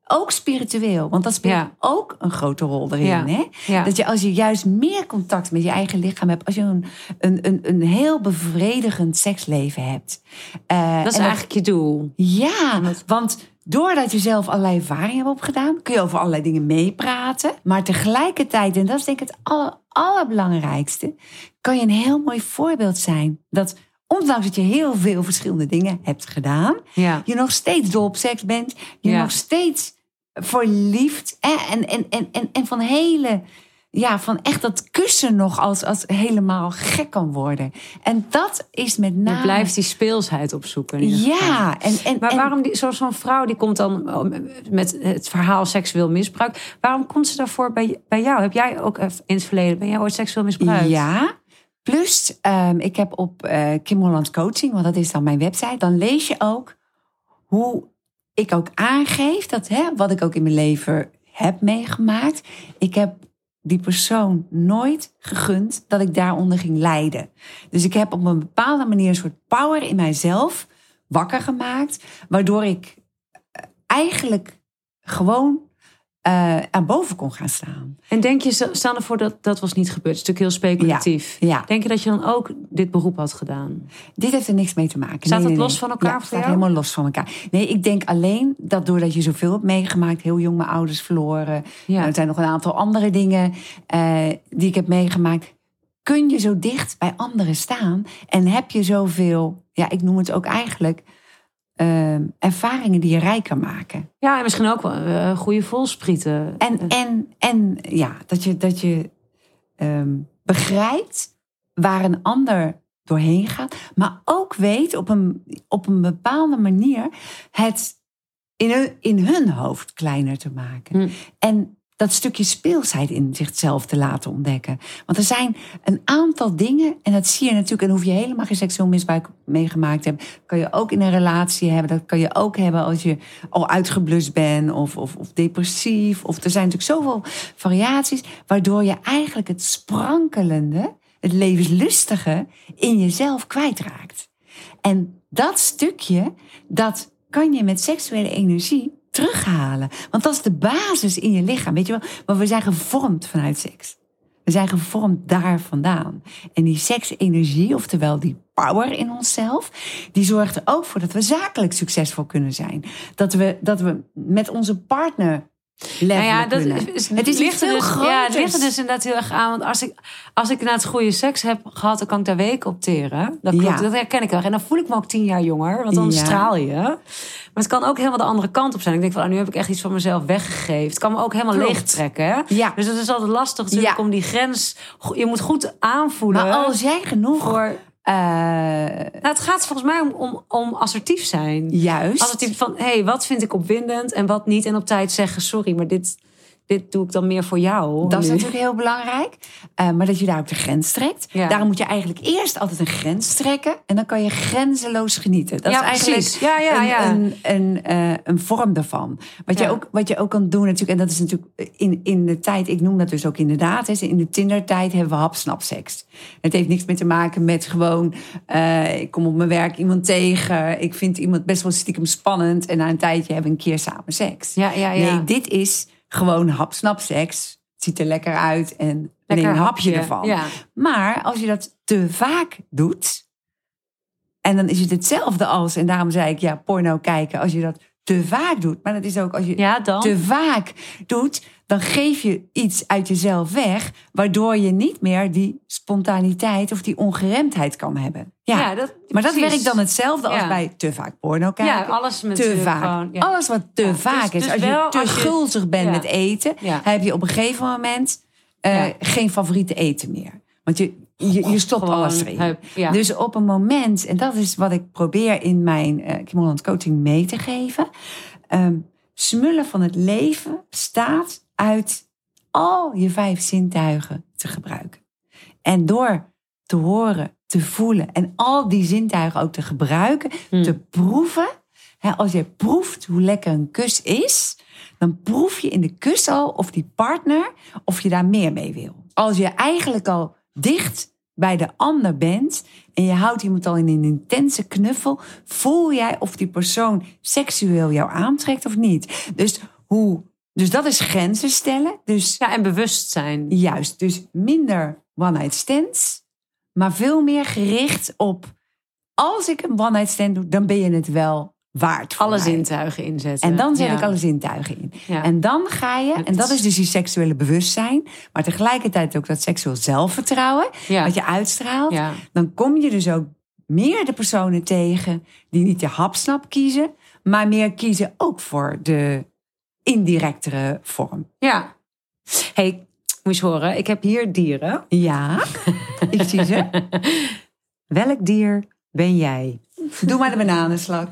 ook spiritueel. Want dat speelt Ja. ook een grote rol erin. Ja. Hè? Ja. Dat je als je juist meer contact met je eigen lichaam hebt. Als je een, een, een, een heel bevredigend seksleven hebt. Uh, Dat is en eigenlijk je doel. Ja, want doordat je zelf allerlei ervaringen hebt opgedaan, kun je over allerlei dingen meepraten. Maar tegelijkertijd, en dat is denk ik het aller, allerbelangrijkste, kan je een heel mooi voorbeeld zijn. Dat ondanks dat je heel veel verschillende dingen hebt gedaan, Ja. je nog steeds dol op seks bent. Je Ja. nog steeds verliefd. En, en, en, en, en van hele... Ja, van echt dat kussen nog als, als helemaal gek kan worden. En dat is met name... Je blijft die speelsheid opzoeken. in ieder geval. Ja. En, en, Maar en- waarom, die, zoals zo'n vrouw die komt dan met het verhaal seksueel misbruik. Waarom komt ze daarvoor bij, bij jou? Heb jij ook in het verleden, ben jij ooit seksueel misbruikt? Ja. Plus, um, ik heb op uh, Kim Holland Coaching, want dat is dan mijn website. Dan lees je ook hoe ik ook aangeef dat, hè, wat ik ook in mijn leven heb meegemaakt. Ik heb die persoon nooit gegund dat ik daaronder ging lijden. Dus ik heb op een bepaalde manier een soort power in mijzelf wakker gemaakt, waardoor ik eigenlijk gewoon uh, aan boven kon gaan staan. En denk je, stel ervoor dat dat was niet gebeurd. Het is natuurlijk heel speculatief. Ja, ja. Denk je dat je dan ook dit beroep had gedaan? Dit heeft er niks mee te maken. Staat nee, dat nee, los nee. van elkaar Ja, voor het staat jou? helemaal los van elkaar. Nee, ik denk alleen dat doordat je zoveel hebt meegemaakt, heel jong mijn ouders verloren. Ja. Nou, er zijn nog een aantal andere dingen uh, die ik heb meegemaakt. Kun je zo dicht bij anderen staan en heb je zoveel, ja, ik noem het ook eigenlijk uh, ervaringen die je rijker maken. Ja, en misschien ook wel uh, goede volsprieten. En, en, en ja, dat je, dat je um, begrijpt waar een ander doorheen gaat, maar ook weet op een, op een bepaalde manier het in hun, in hun hoofd kleiner te maken. Hm. En dat stukje speelsheid in zichzelf te laten ontdekken. Want er zijn een aantal dingen, en dat zie je natuurlijk, en hoef je helemaal geen seksueel misbruik meegemaakt te hebben. Dat kan je ook in een relatie hebben. Dat kan je ook hebben als je al uitgeblust bent of, of, of depressief. Of er zijn natuurlijk zoveel variaties, waardoor je eigenlijk het sprankelende, het levenslustige in jezelf kwijtraakt. En dat stukje, dat kan je met seksuele energie terughalen. Want dat is de basis in je lichaam. Weet je wel? Maar we zijn gevormd vanuit seks. We zijn gevormd daar vandaan. En die seksenergie, oftewel die power in onszelf, die zorgt er ook voor dat we zakelijk succesvol kunnen zijn. Dat we, dat we met onze partner levelen Nou ja, dat kunnen. is, het is ligt niet er veel dus, ja, het groters. ligt er dus inderdaad heel erg aan. Want als ik, als ik inderdaad goede seks heb gehad, dan kan ik daar weken op teren. Dat, klopt, Ja. dat herken ik wel. En dan voel ik me ook tien jaar jonger, want dan Ja. straal je. Maar het kan ook helemaal de andere kant op zijn. Ik denk van, oh, nu heb ik echt iets van mezelf weggegeven. Het kan me ook helemaal Klopt. leegtrekken. Hè? Ja. Dus het is altijd lastig natuurlijk Ja. om die grens. Je moet goed aanvoelen. Maar als jij genoeg voor. Uh, Nou, het gaat volgens mij om, om, om assertief zijn. juist. Assertief van, hé, hey, wat vind ik opwindend en wat niet. En op tijd zeggen, sorry, maar dit, dit doe ik dan meer voor jou. Dat is nu. natuurlijk heel belangrijk. Uh, maar dat je daar ook de grens trekt. Ja. Daarom moet je eigenlijk eerst altijd een grens trekken. En dan kan je grenzeloos genieten. Dat Ja, is eigenlijk precies. Ja, ja, een, ja. Een, een, uh, een vorm daarvan. Wat, Ja. je ook, wat je ook kan doen natuurlijk. En dat is natuurlijk in, in de tijd. Ik noem dat dus ook inderdaad. Hè, in de Tinder-tijd hebben we hap-snap-seks. Het heeft niks meer te maken met gewoon... Uh, ik kom op mijn werk iemand tegen. Ik vind iemand best wel stiekem spannend. En na een tijdje hebben we een keer samen seks. Ja, ja, ja. Nee, dit is... Gewoon hap-snap-seks. Het ziet er lekker uit en neem een hapje ervan. Ja. Maar als je dat te vaak doet... en dan is het hetzelfde als... en daarom zei ik, ja, porno kijken... als je dat te vaak doet. Maar dat is ook als je Ja, dan? te vaak doet... dan geef je iets uit jezelf weg... waardoor je niet meer die spontaniteit... of die ongeremdheid kan hebben. Ja, Ja, dat- maar dat precies. werkt dan hetzelfde als Ja. bij te vaak porno kijken. Ja, alles met te te vaak. gewoon, ja. Alles wat te Ja, vaak dus- is. dus als je wel te als je- gulzig bent ja. met eten... Ja. heb je op een gegeven moment uh, Ja. geen favoriete eten meer. Want je, je, je stopt Gewoon, alles erin. hup, ja. Dus op een moment, en dat is wat ik probeer in mijn uh, Kim Holland Coaching mee te geven... Um, smullen van het leven bestaat uit al je vijf zintuigen te gebruiken. En door te horen, te voelen en al die zintuigen ook te gebruiken, Hmm. te proeven. Hè, als je proeft hoe lekker een kus is, dan proef je in de kus al of die partner, of je daar meer mee wil. Als je eigenlijk al dicht bij de ander bent en je houdt iemand al in een intense knuffel, voel jij of die persoon seksueel jou aantrekt of niet. Dus hoe... Dus dat is grenzen stellen. Dus Ja, en bewustzijn. juist, dus minder one-night stands, maar veel meer gericht op... als ik een one-night stand doe, dan ben je het wel waard voor Alle mij. zintuigen inzetten. En dan zet Ja. ik alle zintuigen in. Ja. En dan ga je, en dat is dus die seksuele bewustzijn... maar tegelijkertijd ook dat seksueel zelfvertrouwen... Ja. wat je uitstraalt. Ja. Dan kom je dus ook meer de personen tegen... die niet de hapsnap kiezen... maar meer kiezen ook voor de indirectere vorm. Ja. Hey, moet je eens horen. Ik heb hier dieren. Ja, ik zie ze. Welk dier ben jij? Doe maar de bananenslak.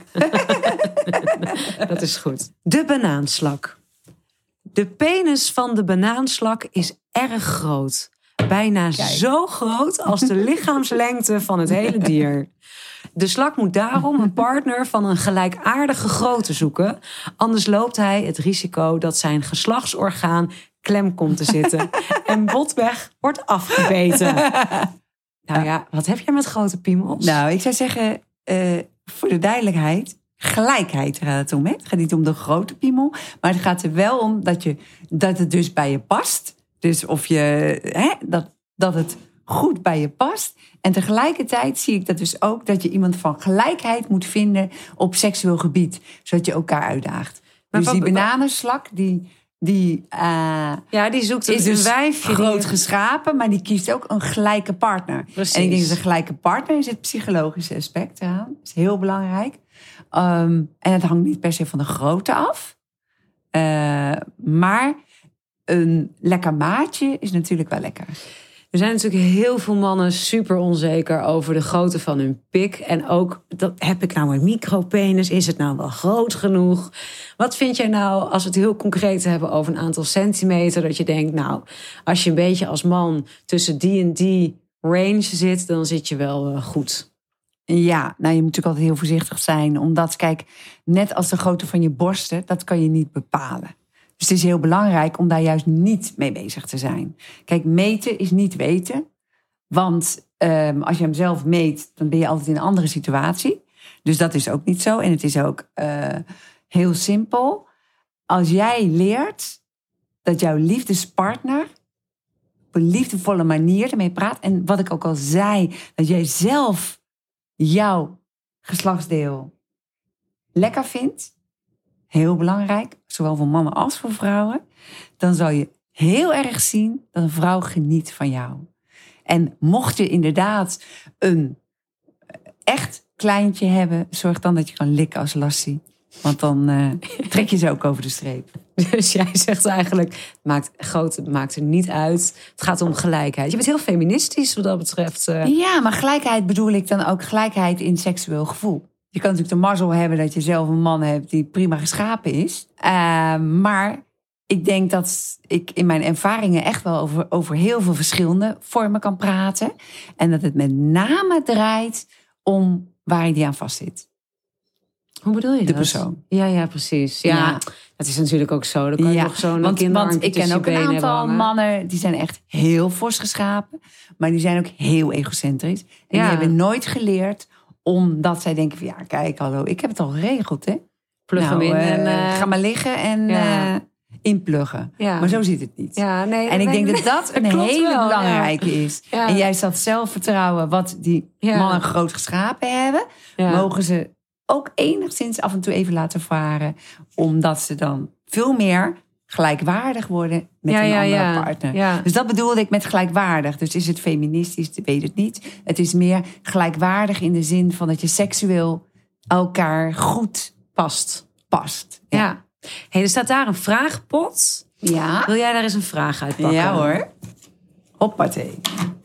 Dat is goed. De banaanslak. De penis van de banaanslak is erg groot. Bijna zo groot als de lichaamslengte van het hele dier. De slak moet daarom een partner van een gelijkaardige grootte zoeken. Anders loopt hij het risico dat zijn geslachtsorgaan klem komt te zitten. En botweg wordt afgebeten. Nou ja, wat heb jij met grote piemels? Nou, ik zou zeggen, uh, voor de duidelijkheid... gelijkheid gaat het om. Hè? Het gaat niet om de grote piemel. Maar het gaat er wel om dat, je, dat het dus bij je past. Dus of je, hè, dat, dat het goed bij je past. En tegelijkertijd zie ik dat dus ook... dat je iemand van gelijkheid moet vinden op seksueel gebied. Zodat je elkaar uitdaagt. Maar dus wat- die bananenslak, die... die uh, Ja, die zoekt is een dus wijfje. groot die- geschapen, maar die kiest ook een gelijke partner. Precies. En ik denk dat een gelijke partner is het psychologische aspect eraan. Dat is heel belangrijk. Um, en het hangt niet per se van de grootte af. Uh, maar een lekker maatje is natuurlijk wel lekker. Er zijn natuurlijk heel veel mannen super onzeker over de grootte van hun pik. En ook, dat, heb ik nou een micropenis? Is het nou wel groot genoeg? Wat vind jij nou, als we het heel concreet hebben over een aantal centimeter... dat je denkt, nou, als je een beetje als man tussen die en die range zit... dan zit je wel uh, goed. Ja, nou je moet natuurlijk altijd heel voorzichtig zijn. Omdat, kijk, net als de grootte van je borsten... dat kan je niet bepalen. Dus het is heel belangrijk om daar juist niet mee bezig te zijn. Kijk, meten is niet weten. Want um, als je hem zelf meet, dan ben je altijd in een andere situatie. Dus dat is ook niet zo. En het is ook uh, heel simpel. Als jij leert dat jouw liefdespartner... op een liefdevolle manier ermee praat... en wat ik ook al zei, dat jij zelf jouw geslachtsdeel lekker vindt... heel belangrijk, zowel voor mannen als voor vrouwen... dan zal je heel erg zien dat een vrouw geniet van jou. En mocht je inderdaad een echt kleintje hebben... zorg dan dat je kan likken als lassie. Want dan uh, trek je ze ook over de streep. Dus jij zegt eigenlijk, het maakt, groot, het maakt er niet uit. Het gaat om gelijkheid. Je bent heel feministisch wat dat betreft. Uh... Ja, maar gelijkheid bedoel ik dan ook gelijkheid in seksueel gevoel. Je kan natuurlijk de mazzel hebben dat je zelf een man hebt die prima geschapen is. Uh, maar ik denk dat ik in mijn ervaringen echt wel over, over heel veel verschillende vormen kan praten. En dat het met name draait om waar je die aan vastzit. Hoe bedoel je de dat? persoon. Ja, ja, precies. Ja, Ja. Dat is natuurlijk ook zo. Dan kan je Ja, nog zo'n want, kinderarmpje want ik ken tussen ook je een benen aantal hebben hangen. mannen die zijn echt heel fors geschapen. Maar die zijn ook heel egocentrisch. En Ja. die hebben nooit geleerd omdat zij denken van ja, kijk, hallo, ik heb het al geregeld, hè. Plug hem in uh, en... Uh, ga maar liggen en ja. uh, inpluggen. Ja. Maar zo zit het niet. Ja, nee, En ik nee, denk dat dat een klopt hele wel, belangrijke ja. is. Ja. En juist dat zelfvertrouwen wat die Ja. mannen groot geschapen hebben... Ja. mogen ze ook enigszins af en toe even laten varen. Omdat ze dan veel meer gelijkwaardig worden met Ja, een ja, andere ja. partner. Ja. Dus dat bedoelde ik met gelijkwaardig. Dus is het feministisch? Ik weet het niet. Het is meer gelijkwaardig in de zin van dat je seksueel elkaar goed Past. past. Ja. Hey, er staat daar een vraagpot. Ja, Wil jij daar eens een vraag uit pakken? ja hoor. Hoppatee.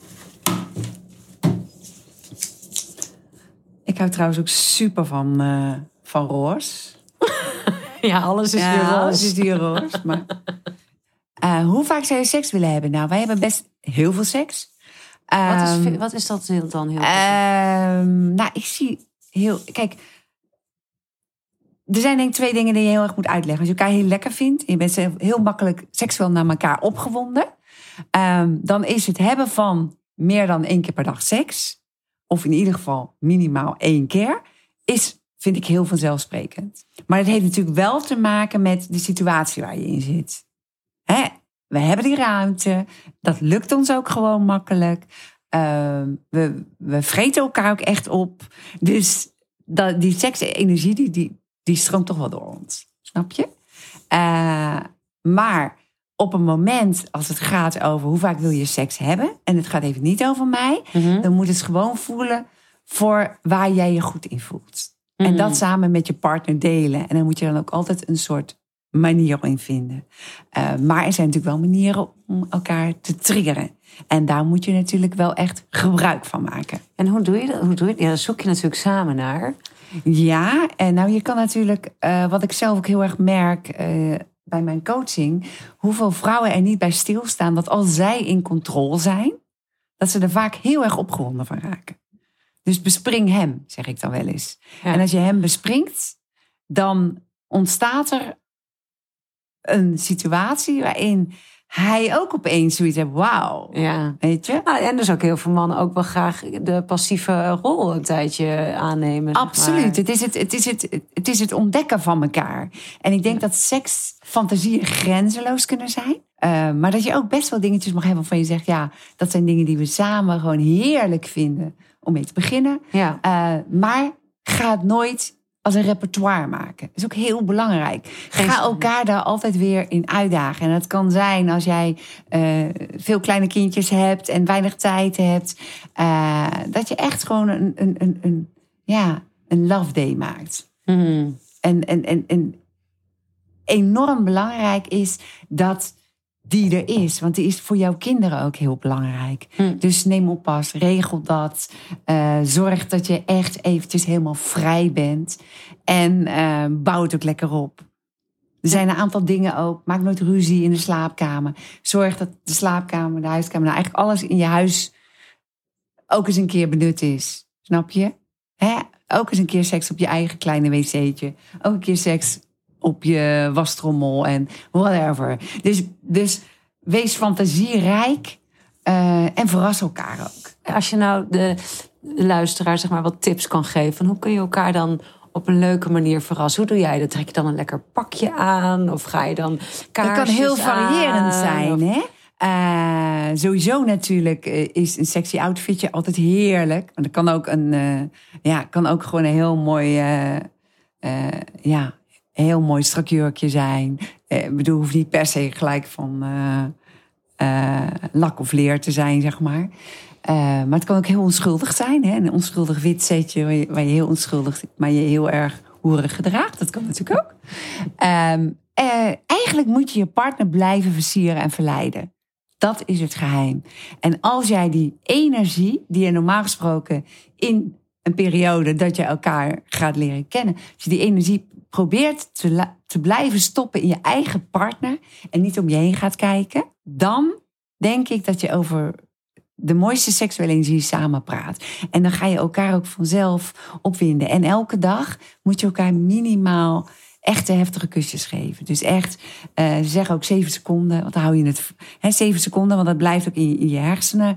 Ik hou trouwens ook super van, uh, van roos. Ja, alles is ja, weer alles roze. is hier roos. Maar, uh, hoe vaak zou je seks willen hebben? Nou, wij hebben best heel veel seks. Wat is, Um, ve- wat is dat heel- dan heel Um, nou, ik zie heel... Kijk, er zijn denk ik twee dingen die je heel erg moet uitleggen. Als je elkaar heel lekker vindt... en je bent zelf heel makkelijk seksueel naar elkaar opgewonden... Um, dan is het hebben van meer dan één keer per dag seks... of in ieder geval minimaal één keer... is vind ik heel vanzelfsprekend. Maar het heeft natuurlijk wel te maken met de situatie waar je in zit. Hè? We hebben die ruimte. Dat lukt ons ook gewoon makkelijk. Uh, we, we vreten elkaar ook echt op. Dus dat, die seksenergie, die, die, die stroomt toch wel door ons. Snap je? Uh, maar op een moment, als het gaat over hoe vaak wil je seks hebben, en het gaat even niet over mij, mm-hmm. dan moet het gewoon voelen voor waar jij je goed in voelt. Mm-hmm. En dat samen met je partner delen. En dan moet je dan ook altijd een soort manier in vinden. Uh, maar er zijn natuurlijk wel manieren om elkaar te triggeren. En daar moet je natuurlijk wel echt gebruik van maken. En hoe doe je dat? Hoe doe je dat? Ja, daar zoek je natuurlijk samen naar. Ja, en nou je kan natuurlijk, uh, wat ik zelf ook heel erg merk uh, bij mijn coaching, hoeveel vrouwen er niet bij stilstaan dat als zij in controle zijn, dat ze er vaak heel erg opgewonden van raken. Dus bespring hem, zeg ik dan wel eens. Ja. En als je hem bespringt, dan ontstaat er een situatie waarin hij ook opeens zoiets heeft, wauw, ja. weet je? Nou, en dus ook heel veel mannen ook wel graag de passieve rol een tijdje aannemen. Absoluut, maar. het, is het, het, is het, het is het ontdekken van elkaar. En ik denk ja. dat seks, fantasieën grenzeloos kunnen zijn. Uh, maar dat je ook best wel dingetjes mag hebben waarvan je zegt, ja, dat zijn dingen die we samen gewoon heerlijk vinden om mee te beginnen. Ja. Uh, maar ga het nooit als een repertoire maken. Dat is ook heel belangrijk. Ga elkaar daar altijd weer in uitdagen. En dat kan zijn als jij uh, veel kleine kindjes hebt en weinig tijd hebt. Uh, dat je echt gewoon een, een, een, een, ja, een love day maakt. Mm. En, en, en, en enorm belangrijk is dat die er is. Want die is voor jouw kinderen ook heel belangrijk. Mm. Dus neem oppas, regel dat. Uh, zorg dat je echt eventjes helemaal vrij bent. En uh, bouw het ook lekker op. Er zijn een aantal dingen ook. Maak nooit ruzie in de slaapkamer. Zorg dat de slaapkamer, de huiskamer, nou eigenlijk alles in je huis ook eens een keer benut is. Snap je? Hè? Ook eens een keer seks op je eigen kleine wc'tje. Ook een keer seks op je wastrommel en whatever. Dus, dus wees fantasierijk uh, en verras elkaar ook. Als je nou de luisteraar zeg maar wat tips kan geven, hoe kun je elkaar dan op een leuke manier verrassen? Hoe doe jij dat? Trek je dan een lekker pakje aan? Of ga je dan kaarsjes aan? Het kan heel variërend aan, zijn, of... hè? Uh, sowieso natuurlijk uh, is een sexy outfitje altijd heerlijk. Maar dat kan ook een, uh, ja, kan ook gewoon een heel mooi, uh, uh, ja, heel mooi strak jurkje zijn. Uh, ik bedoel, hoeft niet per se gelijk van uh, uh, lak of leer te zijn, zeg maar. Uh, maar het kan ook heel onschuldig zijn, hè? Een onschuldig wit setje waar je, waar je heel onschuldig, maar je heel erg hoerig gedraagt. Dat kan natuurlijk ook. Um, uh, eigenlijk moet je je partner blijven versieren en verleiden. Dat is het geheim. En als jij die energie, die je normaal gesproken in een periode dat je elkaar gaat leren kennen, als je die energie probeert te, la- te blijven stoppen in je eigen partner en niet om je heen gaat kijken, dan denk ik dat je over de mooiste seksuele energie samen praat. En dan ga je elkaar ook vanzelf opwinden. En elke dag moet je elkaar minimaal echte heftige kusjes geven. Dus echt, uh, zeg ook zeven seconden, want dan hou je het, hè, zeven seconden, want dat blijft ook in, in je hersenen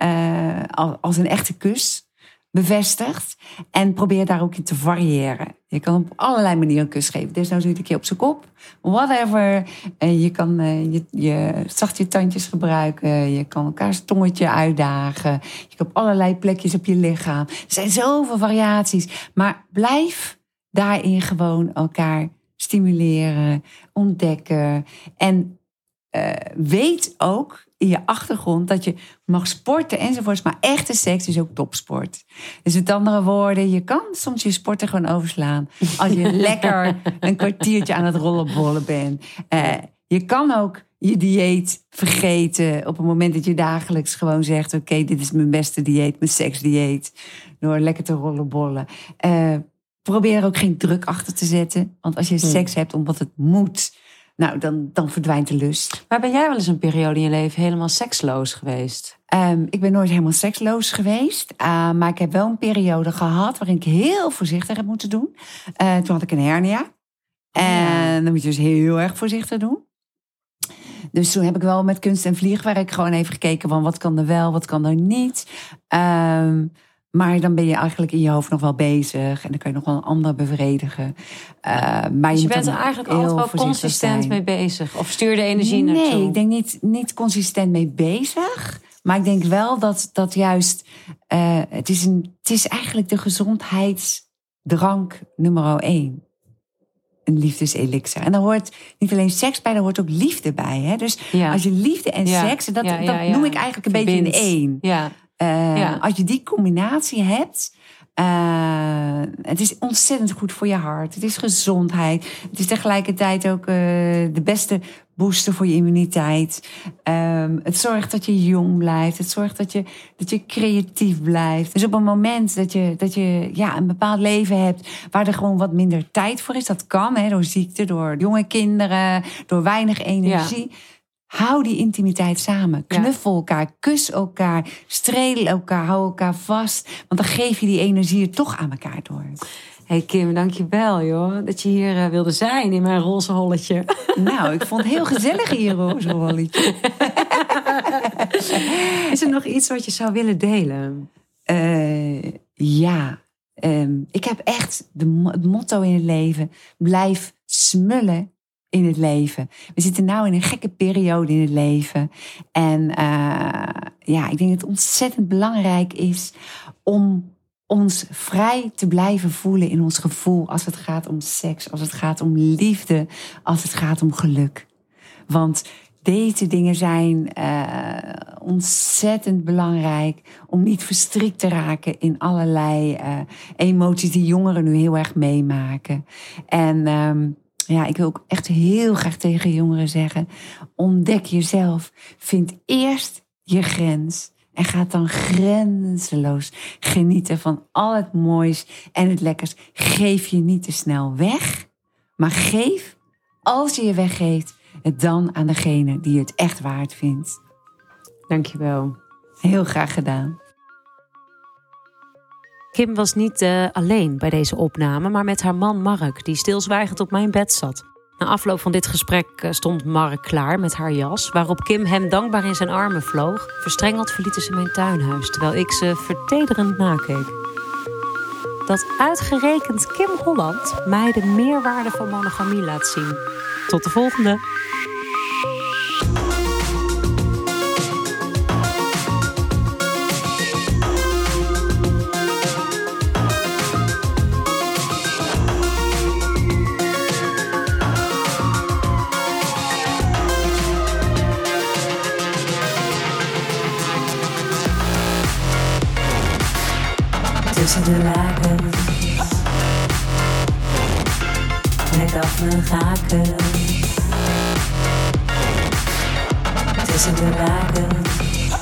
uh, als een echte kus bevestigd. En probeer daar ook in te variëren. Je kan op allerlei manieren een kus geven. Dus nou zoiets een keer op zijn kop, whatever. Uh, je kan uh, je, je zacht je tandjes gebruiken. Je kan elkaars tongetje uitdagen. Je kan op allerlei plekjes op je lichaam. Er zijn zoveel variaties. Maar blijf daarin gewoon elkaar stimuleren, ontdekken. En uh, weet ook in je achtergrond dat je mag sporten enzovoorts. Maar echte seks is ook topsport. Dus met andere woorden, je kan soms je sporten gewoon overslaan. Als je lekker een kwartiertje aan het rollenbollen bent. Uh, je kan ook je dieet vergeten op het moment dat je dagelijks gewoon zegt, oké, okay, dit is mijn beste dieet, mijn seksdieet. Door lekker te rollenbollen. Uh, Probeer er ook geen druk achter te zetten. Want als je seks hebt omdat het moet, nou, dan, dan verdwijnt de lust. Maar ben jij wel eens een periode in je leven helemaal seksloos geweest? Um, ik ben nooit helemaal seksloos geweest. Uh, maar ik heb wel een periode gehad waarin ik heel voorzichtig heb moeten doen. Uh, toen had ik een hernia. En ja. Dan moet je dus heel erg voorzichtig doen. Dus toen heb ik wel met kunst en vliegwerk gewoon even gekeken van wat kan er wel, wat kan er niet. Um, Maar dan ben je eigenlijk in je hoofd nog wel bezig. En dan kan je nog wel een ander bevredigen. Uh, maar dus je, je bent er eigenlijk altijd wel consistent zijn. mee bezig? Of stuur de energie nee, naartoe? Nee, ik denk niet, niet consistent mee bezig. Maar ik denk wel dat, dat juist... Uh, het, is een, het is eigenlijk de gezondheidsdrank nummer één. Een liefdeselixer. En daar hoort niet alleen seks bij, daar hoort ook liefde bij. Hè? Dus ja. als je liefde en ja. seks... Dat, ja, ja, dat noem ik eigenlijk een Verbind. beetje in één. Ja. Uh, ja. Als je die combinatie hebt... Uh, het is ontzettend goed voor je hart. Het is gezondheid. Het is tegelijkertijd ook uh, de beste booster voor je immuniteit. Um, het zorgt dat je jong blijft. Het zorgt dat je, dat je creatief blijft. Dus op een moment dat je, dat je ja, een bepaald leven hebt... waar er gewoon wat minder tijd voor is. Dat kan, hè, door ziekte, door jonge kinderen... door weinig energie... Ja. Hou die intimiteit samen. Knuffel elkaar, kus elkaar, streel elkaar, hou elkaar vast. Want dan geef je die energie toch aan elkaar door. Hey Kim, dankjewel joh, dat je hier uh, wilde zijn in mijn roze holletje. Nou, ik vond het heel gezellig hier, roze holletje. Is er nog iets wat je zou willen delen? Uh, ja, um, ik heb echt de, het motto in het leven. Blijf smullen in het leven. We zitten nu in een gekke periode in het leven. En uh, ja, ik denk dat het ontzettend belangrijk is om ons vrij te blijven voelen in ons gevoel als het gaat om seks, als het gaat om liefde, als het gaat om geluk. Want deze dingen zijn uh, ontzettend belangrijk om niet verstrikt te raken in allerlei uh, emoties die jongeren nu heel erg meemaken. En um, ja, ik wil ook echt heel graag tegen jongeren zeggen, ontdek jezelf. Vind eerst je grens. En ga dan grenzeloos genieten van al het moois en het lekkers. Geef je niet te snel weg. Maar geef, als je je weggeeft, het dan aan degene die het echt waard vindt. Dankjewel. Heel graag gedaan. Kim was niet uh, alleen bij deze opname, maar met haar man Mark, die stilzwijgend op mijn bed zat. Na afloop van dit gesprek uh, stond Mark klaar met haar jas, waarop Kim hem dankbaar in zijn armen vloog. Verstrengeld verlieten ze mijn tuinhuis, terwijl ik ze vertederend nakeek. Dat uitgerekend Kim Holland mij de meerwaarde van monogamie laat zien. Tot de volgende! Tussen de lakens, met af mijn gaken. Tussen de lakens,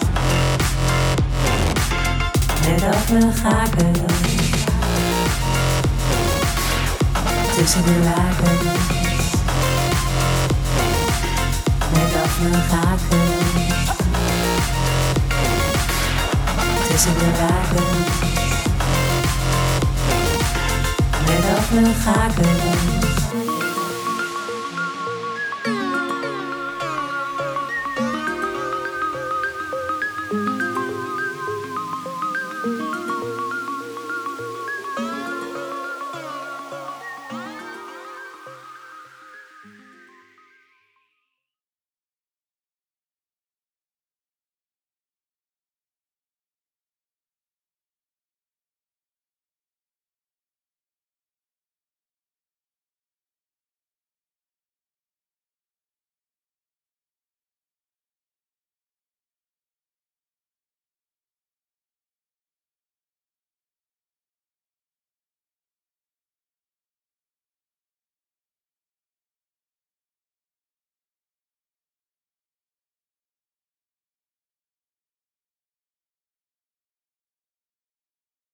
met af mijn gaken. Tussen de lakens, met af mijn gaken. Tussen de lakens, met af mijn gaken.